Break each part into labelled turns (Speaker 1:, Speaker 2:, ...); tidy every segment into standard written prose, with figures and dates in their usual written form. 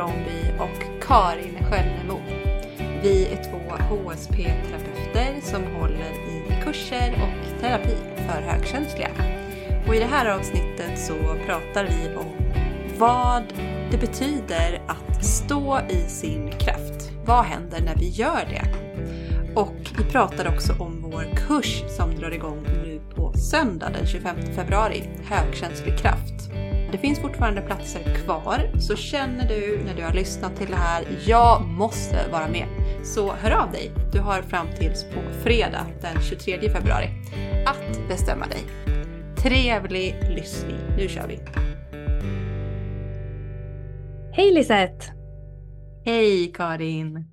Speaker 1: Bromby och Karin Skönnemo. Vi är 2 HSP-terapeuter som håller i kurser och terapi för högkänsliga. Och i det här avsnittet så pratar vi om vad det betyder att stå i sin kraft. Vad händer när vi gör det? Och vi pratar också om vår kurs som drar igång nu på söndag den 25 februari, högkänslig kraft. Det finns fortfarande platser kvar, så känner du när du har lyssnat till det här, jag måste vara med. Så hör av dig, du har fram tills på fredag den 23 februari att bestämma dig. Trevlig lyssning, nu kör vi!
Speaker 2: Hej Lisette!
Speaker 1: Hej Karin!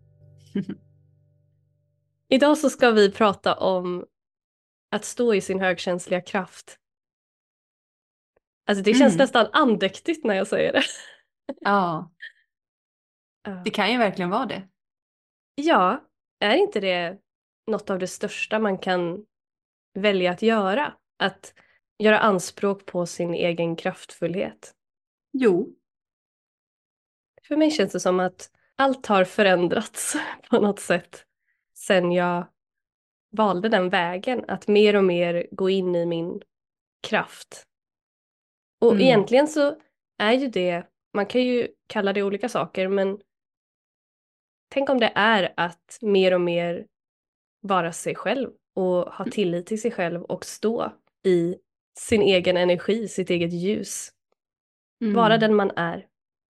Speaker 2: Idag så ska vi prata om att stå i sin högkänsliga kraft. Alltså det känns nästan andäktigt när jag säger det.
Speaker 1: Ja, det kan ju verkligen vara det.
Speaker 2: Ja, är inte det något av det största man kan välja att göra? Att göra anspråk på sin egen kraftfullhet.
Speaker 1: Jo.
Speaker 2: För mig känns det som att allt har förändrats på något sätt sen jag valde den vägen. Att mer och mer gå in i min kraft. Och egentligen så är ju det, man kan ju kalla det olika saker, men tänk om det är att mer och mer vara sig själv och ha tillit till sig själv och stå i sin egen energi, sitt eget ljus. Vara den man är.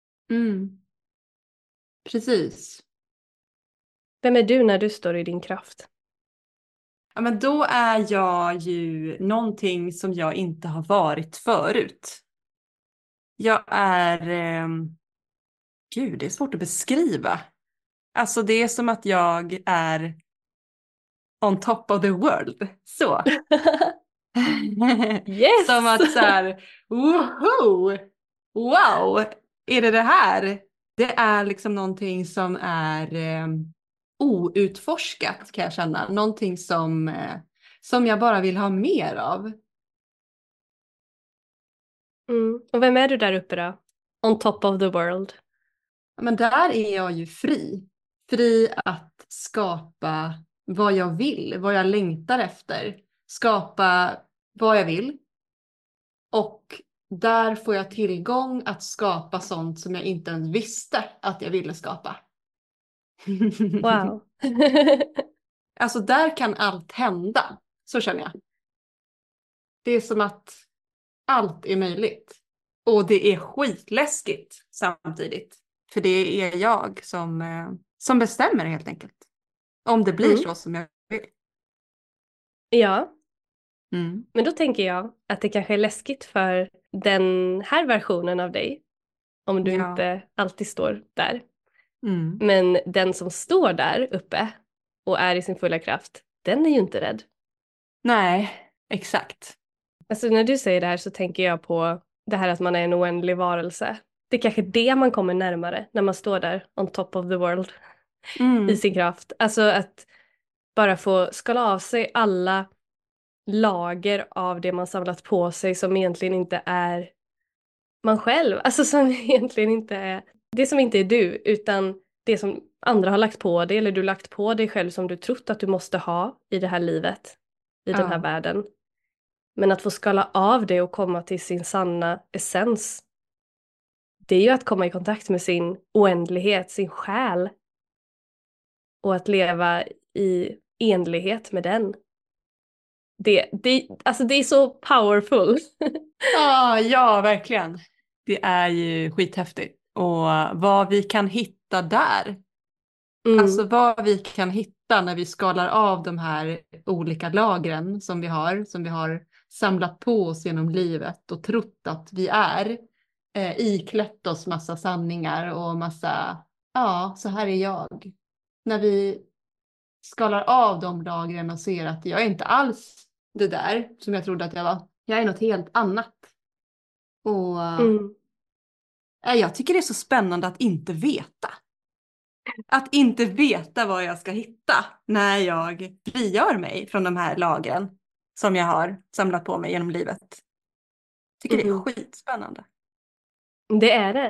Speaker 1: Precis.
Speaker 2: Vem är du när du står i din kraft?
Speaker 1: Ja, men då är jag ju någonting som jag inte har varit förut. Jag är... Gud, det är svårt att beskriva. Alltså det är som att jag är on top of the world. Så.
Speaker 2: Yes!
Speaker 1: Som att så här, woho! Wow! Är det här? Det är liksom någonting som är outforskat, kan jag känna. Någonting som jag bara vill ha mer av.
Speaker 2: Och vem är du där uppe då? On top of the world.
Speaker 1: Men där är jag ju fri. Fri att skapa vad jag vill, vad jag längtar efter. Skapa vad jag vill. Och där får jag tillgång att skapa sånt som jag inte ens visste att jag ville skapa.
Speaker 2: Wow.
Speaker 1: Alltså där kan allt hända. Så känner jag. Det är som att allt är möjligt. Och det är skitläskigt samtidigt. För det är jag som bestämmer helt enkelt. Om det blir så som jag vill.
Speaker 2: Ja. Men då tänker jag att det kanske är läskigt för den här versionen av dig. Om du inte alltid står där. Men den som står där uppe och är i sin fulla kraft, den är ju inte rädd.
Speaker 1: Nej, exakt.
Speaker 2: Alltså när du säger det här så tänker jag på det här att man är en oändlig varelse. Det är kanske det man kommer närmare när man står där on top of the world i sin kraft. Alltså att bara få skala av sig alla lager av det man samlat på sig som egentligen inte är man själv. Alltså som egentligen inte är det som inte är du, utan det som andra har lagt på dig eller du lagt på dig själv som du trott att du måste ha i det här livet, i den här världen. Men att få skala av det och komma till sin sanna essens, det är ju att komma i kontakt med sin oändlighet, sin själ. Och att leva i enlighet med den. Alltså det är så powerful.
Speaker 1: Ja, verkligen. Det är ju skithäftigt. Och vad vi kan hitta där. Alltså vad vi kan hitta när vi skalar av de här olika lagren som vi har samlat på oss genom livet och trott att vi är. Iklätt oss massa sanningar och massa, så här är jag. När vi skalar av de lagren och ser att jag är inte alls det där som jag trodde att jag var. Jag är något helt annat. Och jag tycker det är så spännande att inte veta. Att inte veta vad jag ska hitta när jag frigör mig från de här lagren som jag har samlat på mig genom livet. Tycker det är skitspännande.
Speaker 2: Det är det.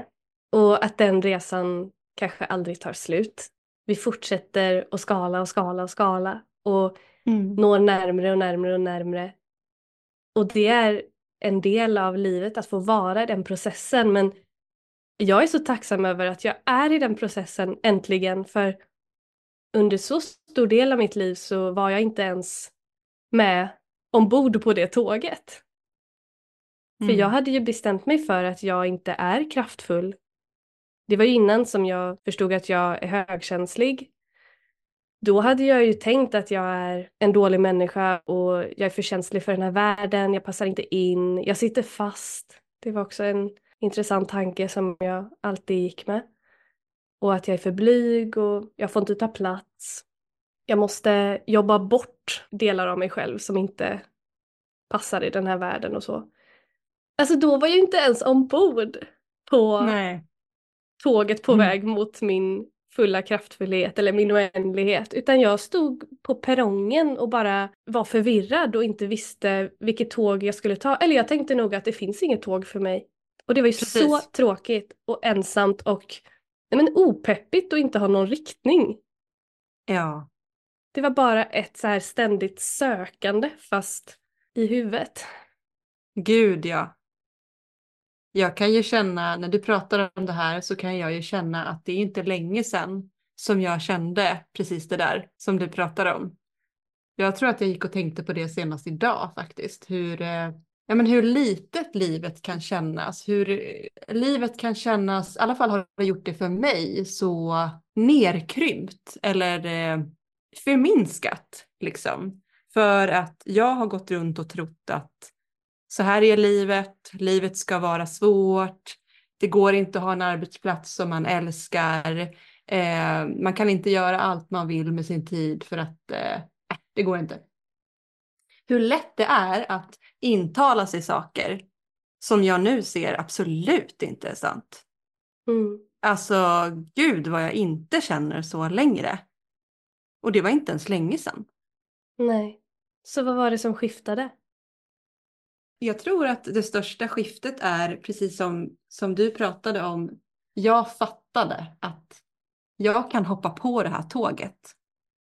Speaker 2: Och att den resan kanske aldrig tar slut. Vi fortsätter att skala och skala och skala och
Speaker 1: Mm.
Speaker 2: når närmre och närmre och närmre. Och det är en del av livet att få vara i den processen. Men jag är så tacksam över att jag är i den processen äntligen. För under så stor del av mitt liv så var jag inte ens med ombord på det tåget. För jag hade ju bestämt mig för att jag inte är kraftfull. Det var ju innan som jag förstod att jag är högkänslig. Då hade jag ju tänkt att jag är en dålig människa och jag är för känslig för den här världen, jag passar inte in, jag sitter fast. Det var också en intressant tanke som jag alltid gick med. Och att jag är för blyg och jag får inte ta plats. Jag måste jobba bort delar av mig själv som inte passar i den här världen och så. Alltså då var jag ju inte ens ombord på
Speaker 1: Nej.
Speaker 2: tåget på
Speaker 1: Mm.
Speaker 2: väg mot min fulla kraftfullhet eller min oändlighet. Utan jag stod på perrongen och bara var förvirrad och inte visste vilket tåg jag skulle ta. Eller jag tänkte nog att det finns inget tåg för mig. Och det var ju så
Speaker 1: Precis.
Speaker 2: tråkigt och ensamt och nej, men opeppigt och inte ha någon riktning.
Speaker 1: Ja.
Speaker 2: Det var bara ett så här ständigt sökande fast i huvudet.
Speaker 1: Gud, ja. Jag kan ju känna, när du pratar om det här så kan jag ju känna att det är inte länge sedan som jag kände precis det där som du pratar om. Jag tror att jag gick och tänkte på det senast idag faktiskt. Ja, men hur litet livet kan kännas. Hur livet kan kännas, i alla fall har det gjort det för mig, så nerkrympt eller förminskat liksom. För att jag har gått runt och trott att så här är livet, livet ska vara svårt, det går inte att ha en arbetsplats som man älskar, man kan inte göra allt man vill med sin tid för att det går inte. Hur lätt det är att intala sig saker som jag nu ser absolut inte är sant.
Speaker 2: Mm.
Speaker 1: Alltså, gud vad jag inte känner så längre. Och det var inte ens länge sedan.
Speaker 2: Nej. Så vad var det som skiftade?
Speaker 1: Jag tror att det största skiftet är precis som du pratade om. Jag fattade att jag kan hoppa på det här tåget.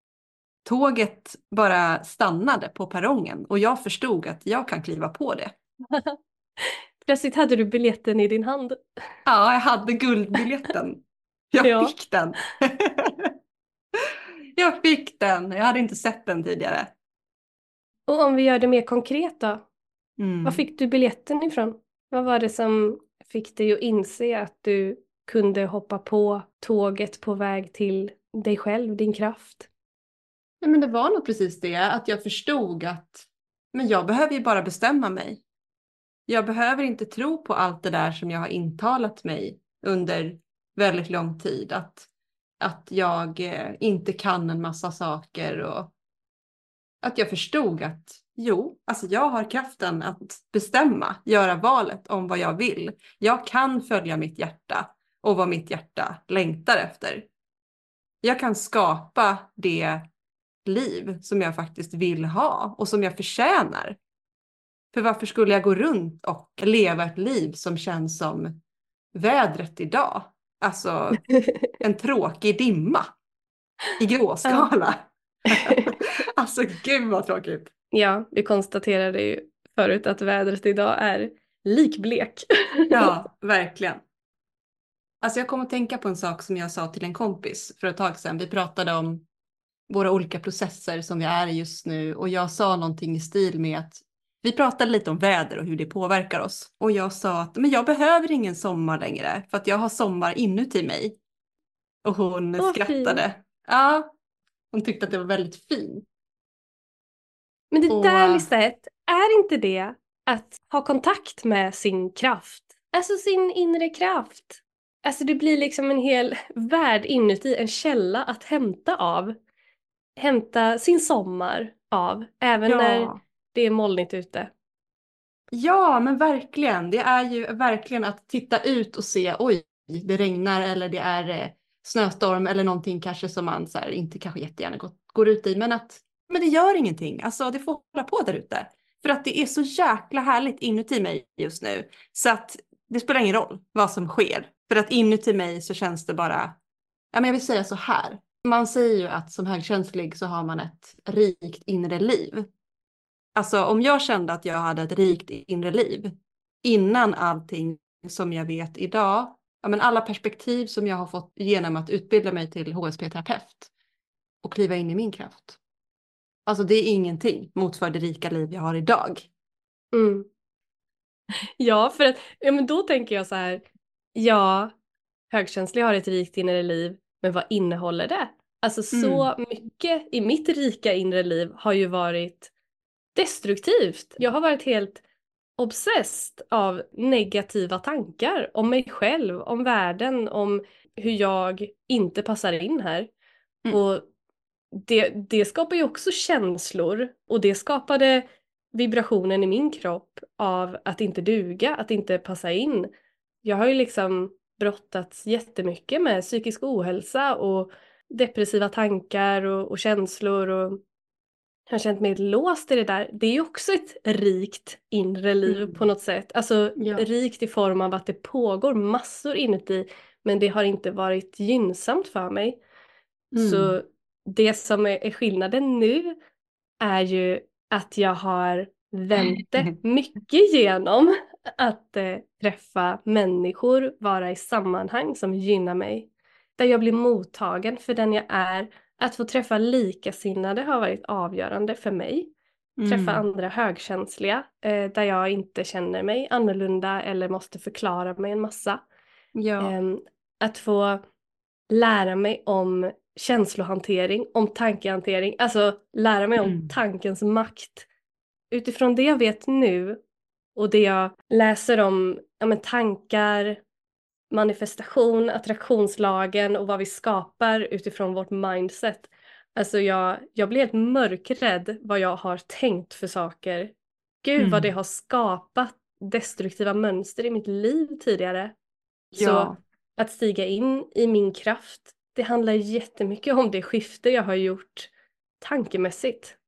Speaker 1: Tåget bara stannade på perrongen och jag förstod att jag kan kliva på det.
Speaker 2: Plötsligt hade du biljetten i din hand.
Speaker 1: Ja, jag hade guldbiljetten. Jag
Speaker 2: Ja.
Speaker 1: fick den. Jag fick den. Jag hade inte sett den tidigare.
Speaker 2: Och om vi gör det mer konkret då? Var
Speaker 1: Mm.
Speaker 2: fick du biljetten ifrån? Vad var det som fick dig att inse att du kunde hoppa på tåget på väg till dig själv, din kraft?
Speaker 1: Nej, men det var nog precis det, att jag förstod att men jag behöver ju bara bestämma mig. Jag behöver inte tro på allt det där som jag har intalat mig under väldigt lång tid. Att jag inte kan en massa saker och att jag förstod att jo, alltså jag har kraften att bestämma, göra valet om vad jag vill. Jag kan följa mitt hjärta och vad mitt hjärta längtar efter. Jag kan skapa det liv som jag faktiskt vill ha och som jag förtjänar. För varför skulle jag gå runt och leva ett liv som känns som vädret idag? Alltså en tråkig dimma i
Speaker 2: Ja.
Speaker 1: gråskala. Alltså gud vad tråkigt.
Speaker 2: Ja, vi konstaterade ju förut att vädret idag är likblek.
Speaker 1: Ja, verkligen. Alltså jag kom att tänka på en sak som jag sa till en kompis för ett tag sedan. Vi pratade om våra olika processer som vi är i just nu och jag sa någonting i stil med att vi pratade lite om väder och hur det påverkar oss. Och jag sa att men jag behöver ingen sommar längre för att jag har sommar inuti mig. Och hon
Speaker 2: Vad fint.
Speaker 1: skrattade. Ja, hon tyckte att det var väldigt fint.
Speaker 2: Men det
Speaker 1: Och
Speaker 2: där Lisette, är inte det att ha kontakt med sin kraft? Alltså sin inre kraft. Alltså det blir liksom en hel värld inuti, en källa att hämta av. Hämta sin sommar av, även när
Speaker 1: ja,
Speaker 2: det är molnigt ute.
Speaker 1: ja, men verkligen. Det är ju verkligen att titta ut och se, oj, det regnar eller det är snöstorm eller någonting kanske som man så här, inte kanske jättegärna går ut i. Men det gör ingenting. Alltså det får hålla på där ute. För att det är så jäkla härligt inuti mig just nu. Så att det spelar ingen roll vad som sker. För att inuti mig så känns det bara, ja men jag vill säga så här. Man säger ju att som högkänslig så har man ett rikt inre liv. Alltså om jag kände att jag hade ett rikt inre liv innan allting som jag vet idag, ja men alla perspektiv som jag har fått genom att utbilda mig till HSP-terapeut och kliva in i min kraft. Alltså det är ingenting mot för det rika liv jag har idag.
Speaker 2: Mm. Ja, för att ja, men då tänker jag så här, ja, högkänslig har ett rikt inre liv, men vad innehåller det? Alltså så mycket i mitt rika inre liv har ju varit destruktivt. Jag har varit helt obsessed av negativa tankar om mig själv, om världen, om hur jag inte passar in här. Och det skapar ju också känslor och det skapade vibrationen i min kropp av att inte duga, att inte passa in. Jag har ju liksom brottats jättemycket med psykisk ohälsa och depressiva tankar och känslor och jag har känt mig låst i det där. Det är ju också ett rikt inre liv på något sätt. Alltså rikt i form av att det pågår massor inuti men det har inte varit gynnsamt för mig. Så det som är skillnaden nu är ju att jag har vänt det mycket genom att träffa människor, vara i sammanhang som gynnar mig. Där jag blir mottagen för den jag är. Att få träffa likasinnade har varit avgörande för mig. Träffa andra högkänsliga där jag inte känner mig annorlunda eller måste förklara mig en massa.
Speaker 1: Ja.
Speaker 2: Att få lära mig om känslohantering, om tankehantering, alltså lära mig om tankens makt. Utifrån det jag vet nu och det jag läser om tankar, manifestation, attraktionslagen och vad vi skapar utifrån vårt mindset. Alltså jag blir helt mörkrädd vad jag har tänkt för saker. Gud vad det har skapat destruktiva mönster i mitt liv tidigare. Så att stiga in i min kraft, det handlar jättemycket om det skifte jag har gjort tankemässigt.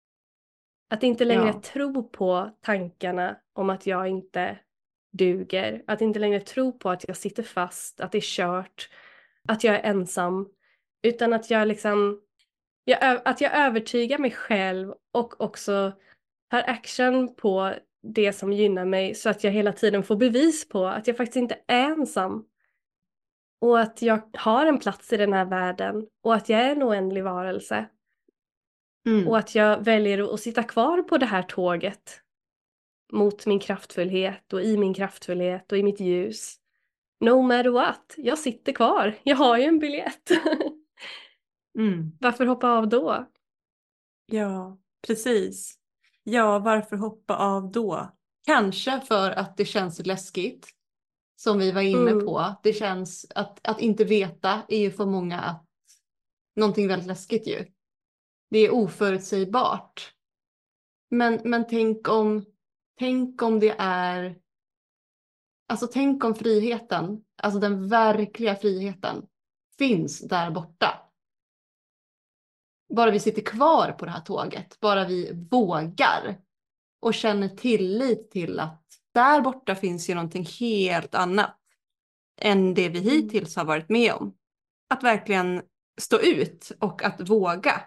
Speaker 2: Att inte längre tro på tankarna om att jag inte duger. Att inte längre tro på att jag sitter fast, att det är kört, att jag är ensam. Utan att jag liksom, att jag övertygar mig själv och också tar action på det som gynnar mig så att jag hela tiden får bevis på att jag faktiskt inte är ensam. Och att jag har en plats i den här världen och att jag är en oändlig varelse. Och att jag väljer att sitta kvar på det här tåget mot min kraftfullhet och i min kraftfullhet och i mitt ljus. No matter what, jag sitter kvar. Jag har ju en biljett. Varför hoppa av då?
Speaker 1: Ja, precis. Ja, varför hoppa av då? Kanske för att det känns läskigt. Som vi var inne på. Det känns att inte veta är ju för många någonting väldigt läskigt ju. Det är oförutsägbart. Men tänk om det är, alltså tänk om friheten, alltså den verkliga friheten finns där borta. Bara vi sitter kvar på det här tåget, bara vi vågar och känner tillit till att där borta finns ju någonting helt annat än det vi hittills har varit med om. Att verkligen stå ut och att våga.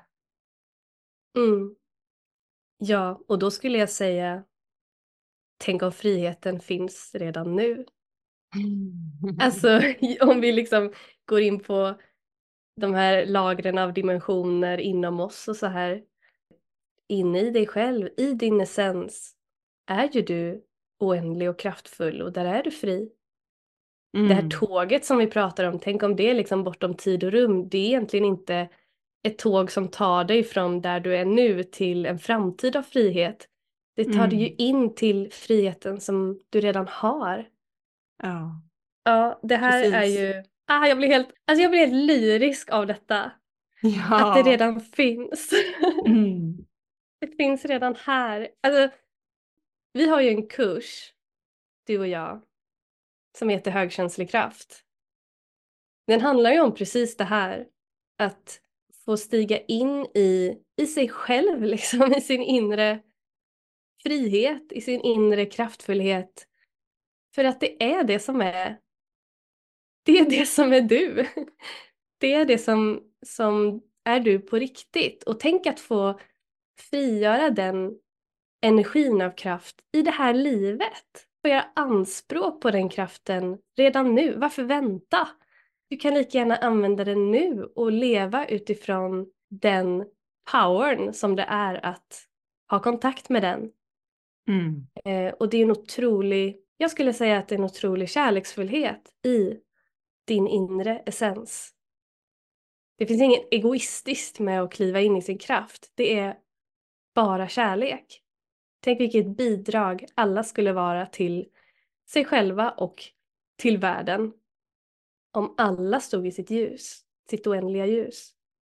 Speaker 2: Ja, och då skulle jag säga, tänk om friheten finns redan nu. Alltså om vi liksom går in på de här lagren av dimensioner inom oss och så här. Inne i dig själv, i din essens, är ju du oändlig och kraftfull och där är du fri. Det här tåget som vi pratar om, tänk om det är liksom bortom tid och rum, det är egentligen inte ett tåg som tar dig från där du är nu till en framtid av frihet. Det tar dig ju in till friheten som du redan har.
Speaker 1: Ja.
Speaker 2: Ja, det här är ju, jag blir helt lyrisk av detta.
Speaker 1: Ja.
Speaker 2: Att det redan finns. Det finns redan här. Alltså, vi har ju en kurs, du och jag, som heter högkänslig kraft. Den handlar ju om precis det här. Att få stiga in i sig själv, liksom, i sin inre frihet, i sin inre kraftfullhet. För att det är det som är, det är det som är du. Det är det som är du på riktigt. Och tänk att få frigöra den energin av kraft i det här livet. Få göra anspråk på den kraften redan nu. Varför vänta? Du kan lika gärna använda den nu och leva utifrån den powern som det är att ha kontakt med den. Och det är en otrolig, jag skulle säga att det är en otrolig kärleksfullhet i din inre essens. Det finns inget egoistiskt med att kliva in i sin kraft. Det är bara kärlek. Tänk vilket bidrag alla skulle vara till sig själva och till världen. Om alla stod i sitt ljus, sitt oändliga ljus.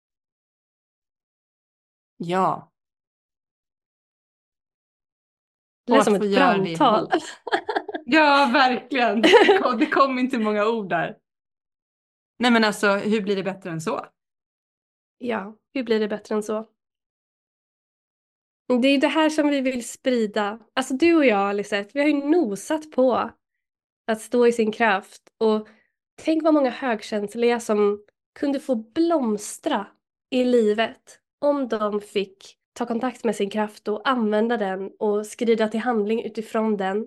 Speaker 1: Ja.
Speaker 2: Det är
Speaker 1: Och
Speaker 2: som
Speaker 1: att få
Speaker 2: ett
Speaker 1: göra det
Speaker 2: brandtal.
Speaker 1: ihop. Ja, verkligen. Det kom inte många ord där. Nej men alltså, hur blir det bättre än så?
Speaker 2: Ja, hur blir det bättre än så? Det är ju det här som vi vill sprida. Alltså du och jag, Lisette, vi har ju nosat på att stå i sin kraft. Och tänk vad många högkänsliga som kunde få blomstra i livet om de fick ta kontakt med sin kraft och använda den och skrida till handling utifrån den.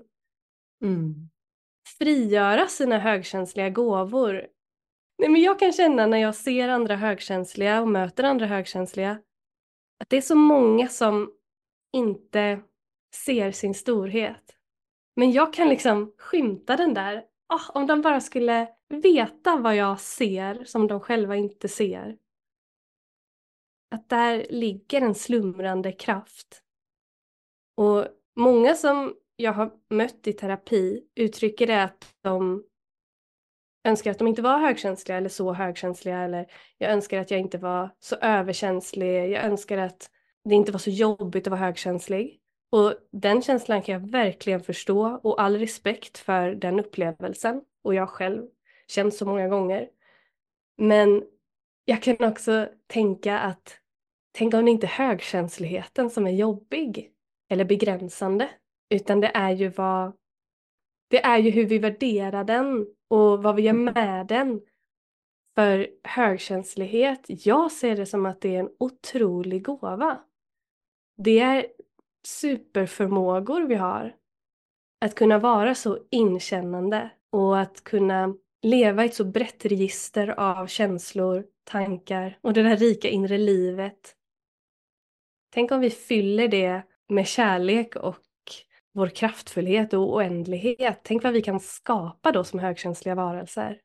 Speaker 2: Frigöra sina högkänsliga gåvor. Nej, men jag kan känna när jag ser andra högkänsliga och möter andra högkänsliga att det är så många som inte ser sin storhet. Men jag kan liksom skymta den där. Om de bara skulle veta vad jag ser som de själva inte ser. Att där ligger en slumrande kraft. Och många som jag har mött i terapi uttrycker det att de önskar att de inte var högkänsliga eller så högkänsliga. Eller jag önskar att jag inte var så överkänslig. Jag önskar att det inte var så jobbigt att vara högkänslig. Och den känslan kan jag verkligen förstå och all respekt för den upplevelsen. Och jag själv känt så många gånger. Men jag kan också tänka att tänk om det inte är högkänsligheten som är jobbig eller begränsande. Utan det är ju hur vi värderar den och vad vi gör med den. För högkänslighet, jag ser det som att det är en otrolig gåva. Det är superförmågor vi har. Att kunna vara så inkännande och att kunna leva i ett så brett register av känslor, tankar och det där rika inre livet. Tänk om vi fyller det med kärlek och vår kraftfullhet och oändlighet. Tänk vad vi kan skapa då som högkänsliga varelser.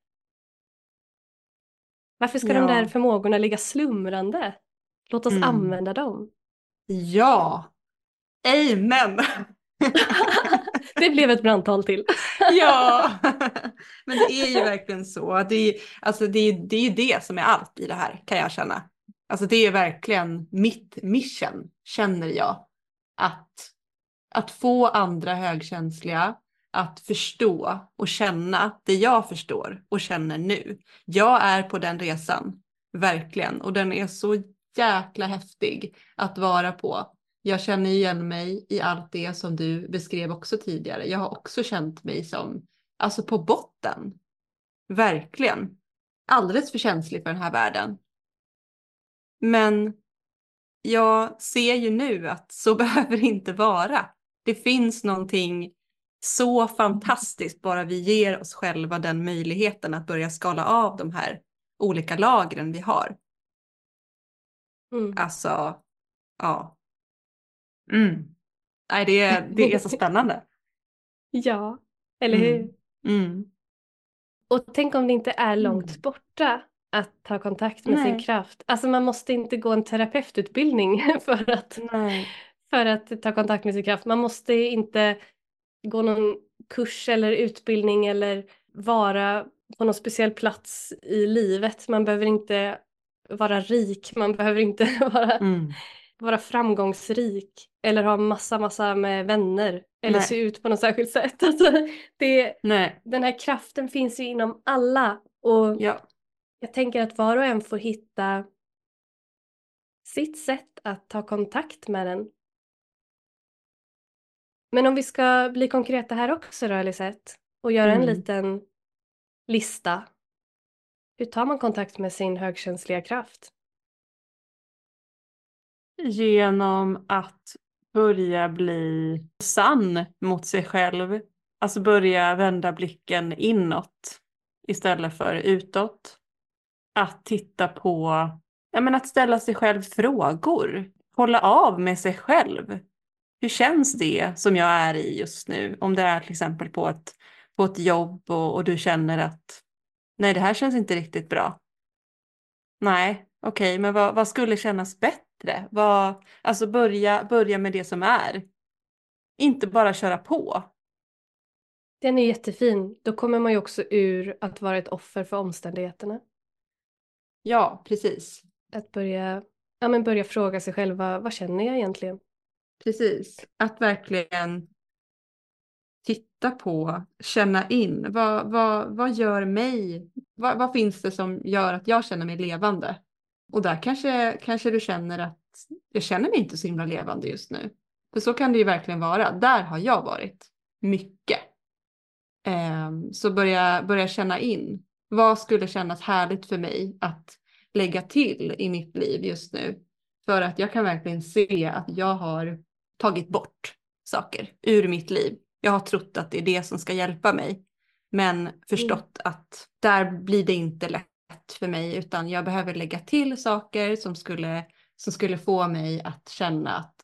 Speaker 2: Varför ska de där
Speaker 1: Ja.
Speaker 2: förmågorna ligga slumrande? Låt oss använda dem.
Speaker 1: Ja. Amen.
Speaker 2: Det blev ett brandtal till.
Speaker 1: Ja, men det är ju verkligen så. Det är ju det som är allt i det här, kan jag känna. Alltså det är verkligen mitt mission, känner jag. Att få andra högkänsliga att förstå och känna det jag förstår och känner nu. Jag är på den resan, verkligen. Och den är så jäkla häftig att vara på. Jag känner igen mig i allt det som du beskrev också tidigare. Jag har också känt mig som, alltså på botten. Verkligen. Alldeles för känslig för den här världen. Men jag ser ju nu att så behöver det inte vara. Det finns någonting så fantastiskt bara vi ger oss själva den möjligheten att börja skala av de här olika lagren vi har. Alltså, ja. Nej, det är så spännande.
Speaker 2: Ja, eller hur? Och tänk om det inte är långt borta att ta kontakt med sin kraft. Alltså man måste inte gå en terapeututbildning för att ta kontakt med sin kraft. Man måste inte gå någon kurs eller utbildning eller vara på någon speciell plats i livet. Man behöver inte vara rik, man behöver inte vara framgångsrik eller ha massa med vänner eller se ut på något särskilt sätt. Alltså, den här kraften finns ju inom alla och jag tänker att var och en får hitta sitt sätt att ta kontakt med den. Men om vi ska bli konkreta här också då, Lisette. och göra en
Speaker 1: Mm.
Speaker 2: liten lista. Hur tar man kontakt med sin högkänsliga kraft?
Speaker 1: Genom att börja bli sann mot sig själv. Alltså börja vända blicken inåt istället för utåt. Att titta på, ja men att ställa sig själv frågor. Hålla av med sig själv. Hur känns det som jag är i just nu? Om det är till exempel på ett jobb och du känner att nej, det här känns inte riktigt bra. Nej, okej, men vad skulle kännas bättre? Alltså börja med det som är. Inte bara köra på.
Speaker 2: Den är jättefin. Då kommer man ju också ur att vara ett offer för omständigheterna.
Speaker 1: Ja, precis.
Speaker 2: Att börja fråga sig själv, vad känner jag egentligen?
Speaker 1: Precis. Att verkligen titta på, känna in. Vad gör mig? Vad finns det som gör att jag känner mig levande? Och där kanske du känner att jag känner mig inte så himla levande just nu. För så kan det ju verkligen vara. Där har jag varit mycket. Så börja känna in. Vad skulle kännas härligt för mig att lägga till i mitt liv just nu? För att jag kan verkligen se att jag har tagit bort saker ur mitt liv. Jag har trott att det är det som ska hjälpa mig. Men
Speaker 2: Mm.
Speaker 1: förstått att där blir det inte lätt för mig. Utan jag behöver lägga till saker som skulle få mig att känna att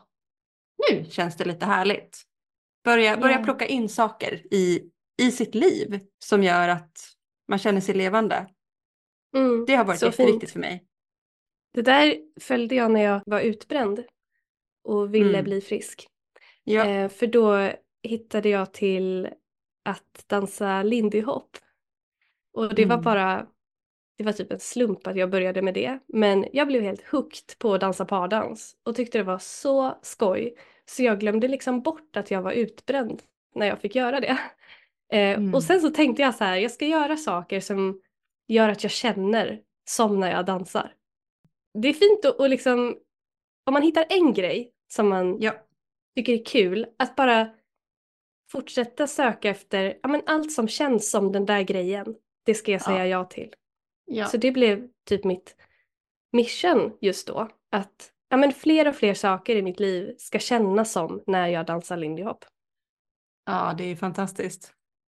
Speaker 1: nu känns det lite härligt. Börja
Speaker 2: Ja.
Speaker 1: plocka in saker i sitt liv som gör att man känner sig levande.
Speaker 2: Mm.
Speaker 1: Det har varit
Speaker 2: Så
Speaker 1: jätteviktigt
Speaker 2: fint.
Speaker 1: för mig.
Speaker 2: Det där följde jag när jag var utbränd och ville
Speaker 1: Mm.
Speaker 2: bli frisk.
Speaker 1: Ja.
Speaker 2: För då hittade jag till att dansa lindy hop. Och
Speaker 1: Mm.
Speaker 2: det var typ en slump att jag började med det. Men jag blev helt hooked på att dansa pardans och tyckte det var så skoj. Så jag glömde liksom bort att jag var utbränd när jag fick göra det. Och
Speaker 1: Mm.
Speaker 2: sen så tänkte jag så här, jag ska göra saker som gör att jag känner som när jag dansar. Det är fint att liksom, om man hittar en grej som man
Speaker 1: Ja.
Speaker 2: tycker är kul, att bara fortsätta söka efter ja, men allt som känns som den där grejen. Det ska jag säga
Speaker 1: Ja.
Speaker 2: ja till. Så
Speaker 1: Ja.
Speaker 2: det blev typ mitt mission just då. Att ja, men fler och fler saker i mitt liv ska kännas som när jag dansar lindy hop.
Speaker 1: Ja, det är fantastiskt.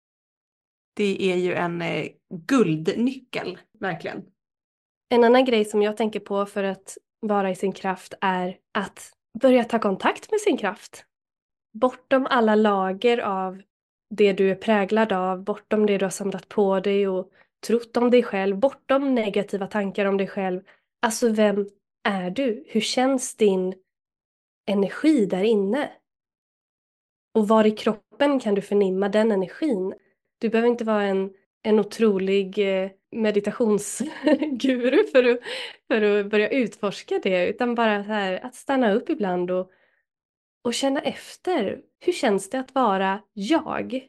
Speaker 1: Det är ju en guldnyckel, verkligen.
Speaker 2: En annan grej som jag tänker på för att vara i sin kraft är att börja ta kontakt med sin kraft. Bortom alla lager av det du är präglad av, bortom det du har samlat på dig och trott om dig själv, bortom negativa tankar om dig själv. Alltså vem är du? Hur känns din energi där inne? Och var i kroppen kan du förnimma den energin? Du behöver inte vara en otrolig meditationsguru för att börja utforska det, utan bara så här, att stanna upp ibland och känna efter. Hur känns det att vara jag?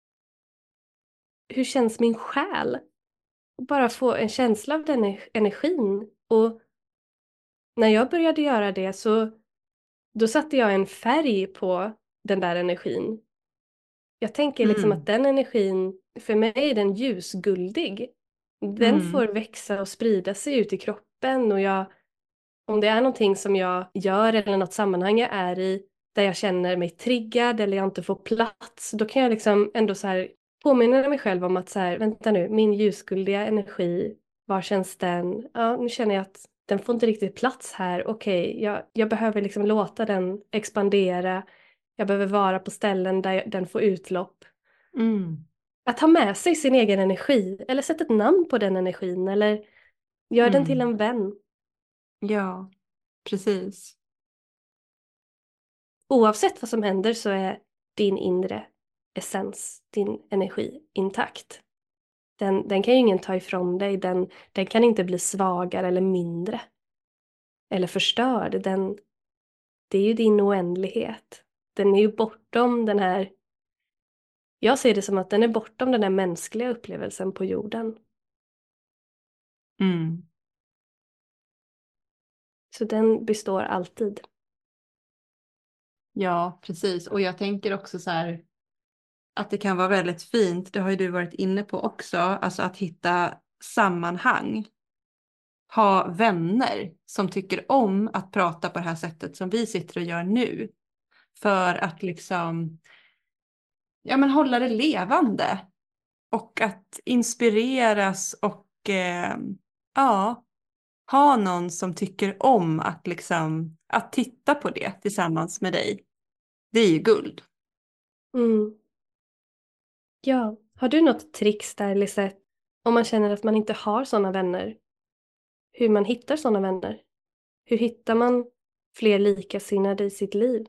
Speaker 2: Hur känns min själ? Och bara få en känsla av den energin. Och när jag började göra det så då satte jag en färg på den där energin. Jag tänker liksom att
Speaker 1: Mm.
Speaker 2: den energin, för mig är den ljusguldig. Den får
Speaker 1: Mm.
Speaker 2: växa och sprida sig ut i kroppen och om det är någonting som jag gör eller något sammanhang jag är i där jag känner mig triggad eller jag inte får plats, då kan jag liksom ändå så här påminna mig själv om att så här, vänta nu, min ljusguldiga energi, var känns den? Ja, nu känner jag att den får inte riktigt plats här. Okej, jag behöver liksom låta den expandera. Jag behöver vara på ställen där den får utlopp.
Speaker 1: Mm.
Speaker 2: Att ha med sig sin egen energi eller sätta ett namn på den energin eller gör den till
Speaker 1: Mm.
Speaker 2: en vän.
Speaker 1: Ja, precis.
Speaker 2: Oavsett vad som händer så är din inre essens, din energi intakt. Den kan ju ingen ta ifrån dig, den kan inte bli svagare eller mindre. Eller förstörd, det är ju din oändlighet. Den är ju bortom den här, jag ser det som att den är bortom den här mänskliga upplevelsen på jorden.
Speaker 1: Mm.
Speaker 2: Så den består alltid.
Speaker 1: Ja, precis. Och jag tänker också så här att det kan vara väldigt fint, det har ju du varit inne på också, alltså att hitta sammanhang. Ha vänner som tycker om att prata på det här sättet som vi sitter och gör nu. För att liksom, ja men hålla det levande. Och att inspireras och ja, ha någon som tycker om att liksom, att titta på det tillsammans med dig. Det är ju guld.
Speaker 2: Mm. Ja, har du något tricks där, Lisette? Om man känner att man inte har sådana vänner. Hur man hittar sådana vänner? Hur hittar man fler likasinnade i sitt liv?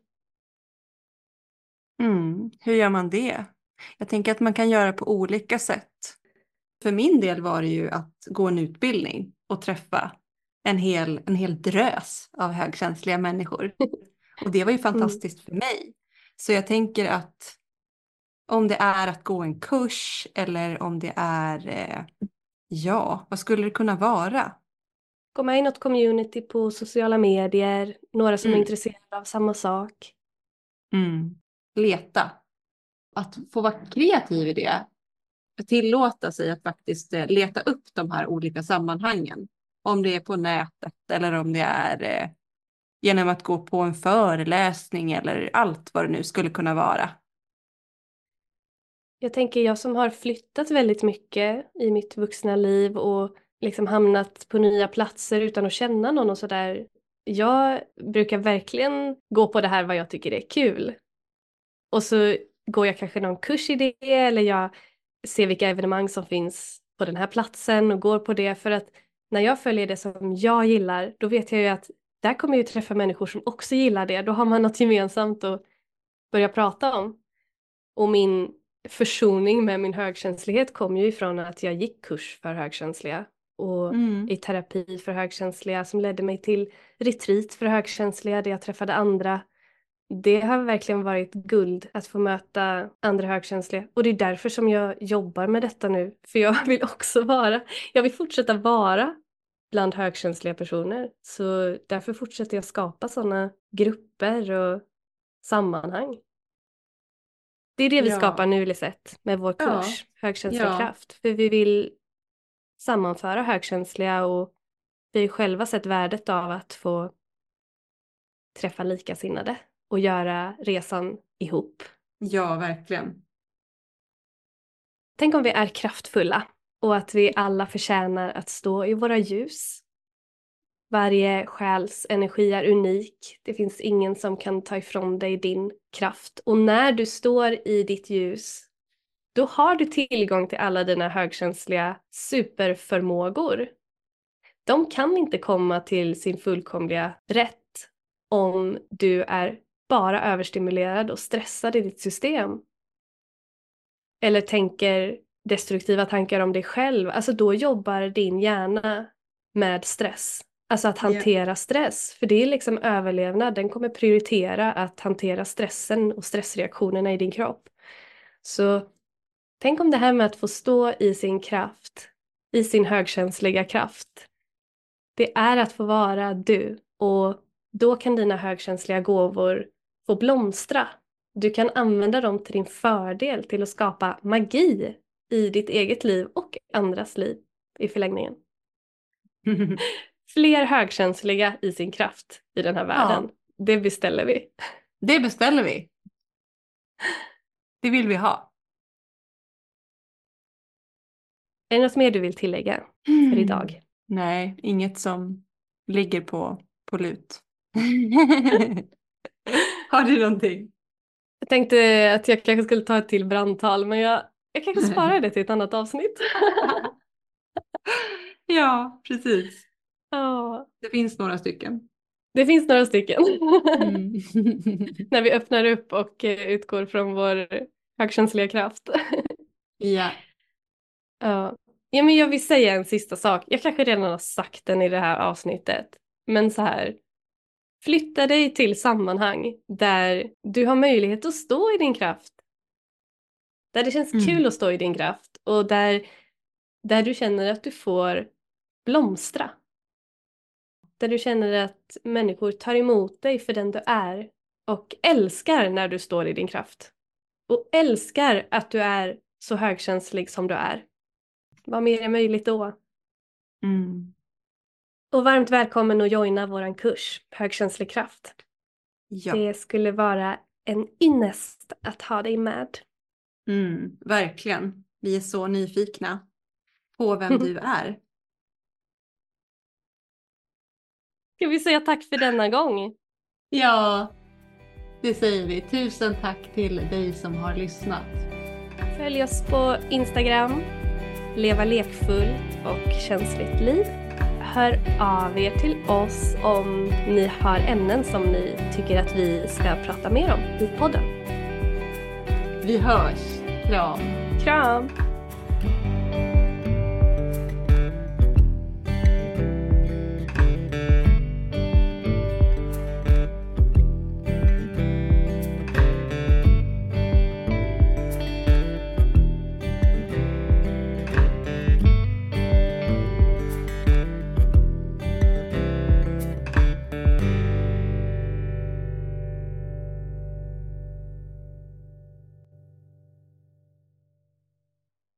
Speaker 1: Hur gör man det? Jag tänker att man kan göra på olika sätt. För min del var det ju att gå en utbildning och träffa en hel drös av högkänsliga människor. Och det var ju fantastiskt för mig. Så jag tänker att om det är att gå en kurs eller om det är, ja, vad skulle det kunna vara?
Speaker 2: Gå med i något community på sociala medier, några som är
Speaker 1: Mm.
Speaker 2: intresserade av samma sak.
Speaker 1: Leta. Att få vara kreativ i det. Tillåta sig att faktiskt leta upp de här olika sammanhangen. Om det är på nätet eller om det är genom att gå på en föreläsning eller allt vad det nu skulle kunna vara.
Speaker 2: Jag tänker jag som har flyttat väldigt mycket i mitt vuxna liv och liksom hamnat på nya platser utan att känna någon och sådär. Jag brukar verkligen gå på det här vad jag tycker är kul. Och så går jag kanske någon kurs i det eller jag ser vilka evenemang som finns på den här platsen och går på det. För att när jag följer det som jag gillar då vet jag ju att där kommer jag ju träffa människor som också gillar det. Då har man något gemensamt att börja prata om. Och min försoning med min högkänslighet kom ju ifrån att jag gick kurs för högkänsliga och i terapi för högkänsliga som ledde mig till retreat för högkänsliga där jag träffade andra. Det har verkligen varit guld att få möta andra högkänsliga och det är därför som jag jobbar med detta nu. För jag vill fortsätta vara bland högkänsliga personer. Så därför fortsätter jag skapa sådana grupper och sammanhang. Det är det vi skapar nu, Lisette, med vår kurs, Högkänslig kraft. För vi vill sammanföra högkänsliga och vi har själva sett värdet av att få träffa likasinnade och göra resan ihop.
Speaker 1: Ja, verkligen.
Speaker 2: Tänk om vi är kraftfulla och att vi alla förtjänar att stå i våra ljus. Varje själs energi är unik. Det finns ingen som kan ta ifrån dig din kraft. Och när du står i ditt ljus, då har du tillgång till alla dina högkänsliga superförmågor. De kan inte komma till sin fullkomliga rätt om du är bara överstimulerad och stressad i ditt system. Eller tänker destruktiva tankar om dig själv. Alltså då jobbar din hjärna med stress. Alltså att hantera stress. För det är liksom överlevnad. Den kommer prioritera att hantera stressen och stressreaktionerna i din kropp. Så tänk om det här med att få stå i sin kraft. I sin högkänsliga kraft. Det är att få vara du. Och då kan dina högkänsliga gåvor få blomstra. Du kan använda dem till din fördel. Till att skapa magi i ditt eget liv och andras liv i förlängningen. Fler högkänsliga i sin kraft i den här världen. Det beställer vi.
Speaker 1: Det beställer vi. Det vill vi ha.
Speaker 2: Är det något mer du vill tillägga för idag?
Speaker 1: Nej, inget som ligger på lut. Har du någonting?
Speaker 2: Jag tänkte att jag kanske skulle ta ett till brandtal men jag kanske sparar det till ett annat avsnitt.
Speaker 1: Ja, precis.
Speaker 2: Ja.
Speaker 1: Det finns några stycken.
Speaker 2: Det finns några stycken.
Speaker 1: Mm.
Speaker 2: När vi öppnar upp och utgår från vår högkänsliga kraft.
Speaker 1: Ja.
Speaker 2: Ja. Ja, men jag vill säga en sista sak. Jag kanske redan har sagt den i det här avsnittet. Men så här. Flytta dig till sammanhang där du har möjlighet att stå i din kraft. Där det känns kul att stå i din kraft. Och där du känner att du får blomstra. Där du känner att människor tar emot dig för den du är. Och älskar när du står i din kraft. Och älskar att du är så högkänslig som du är. Vad mer är möjligt då?
Speaker 1: Mm.
Speaker 2: Och varmt välkommen att joina våran kurs, Högkänslig kraft.
Speaker 1: Ja.
Speaker 2: Det skulle vara en ynnest att ha dig med.
Speaker 1: Verkligen. Vi är så nyfikna på vem du är.
Speaker 2: Ska vi säga tack för denna gång?
Speaker 1: Ja, det säger vi. Tusen tack till dig som har lyssnat.
Speaker 2: Följ oss på Instagram, Leva lekfullt och känsligt liv. Hör av er till oss om ni har ämnen som ni tycker att vi ska prata mer om i podden.
Speaker 1: Vi hörs. Kram.
Speaker 2: Kram!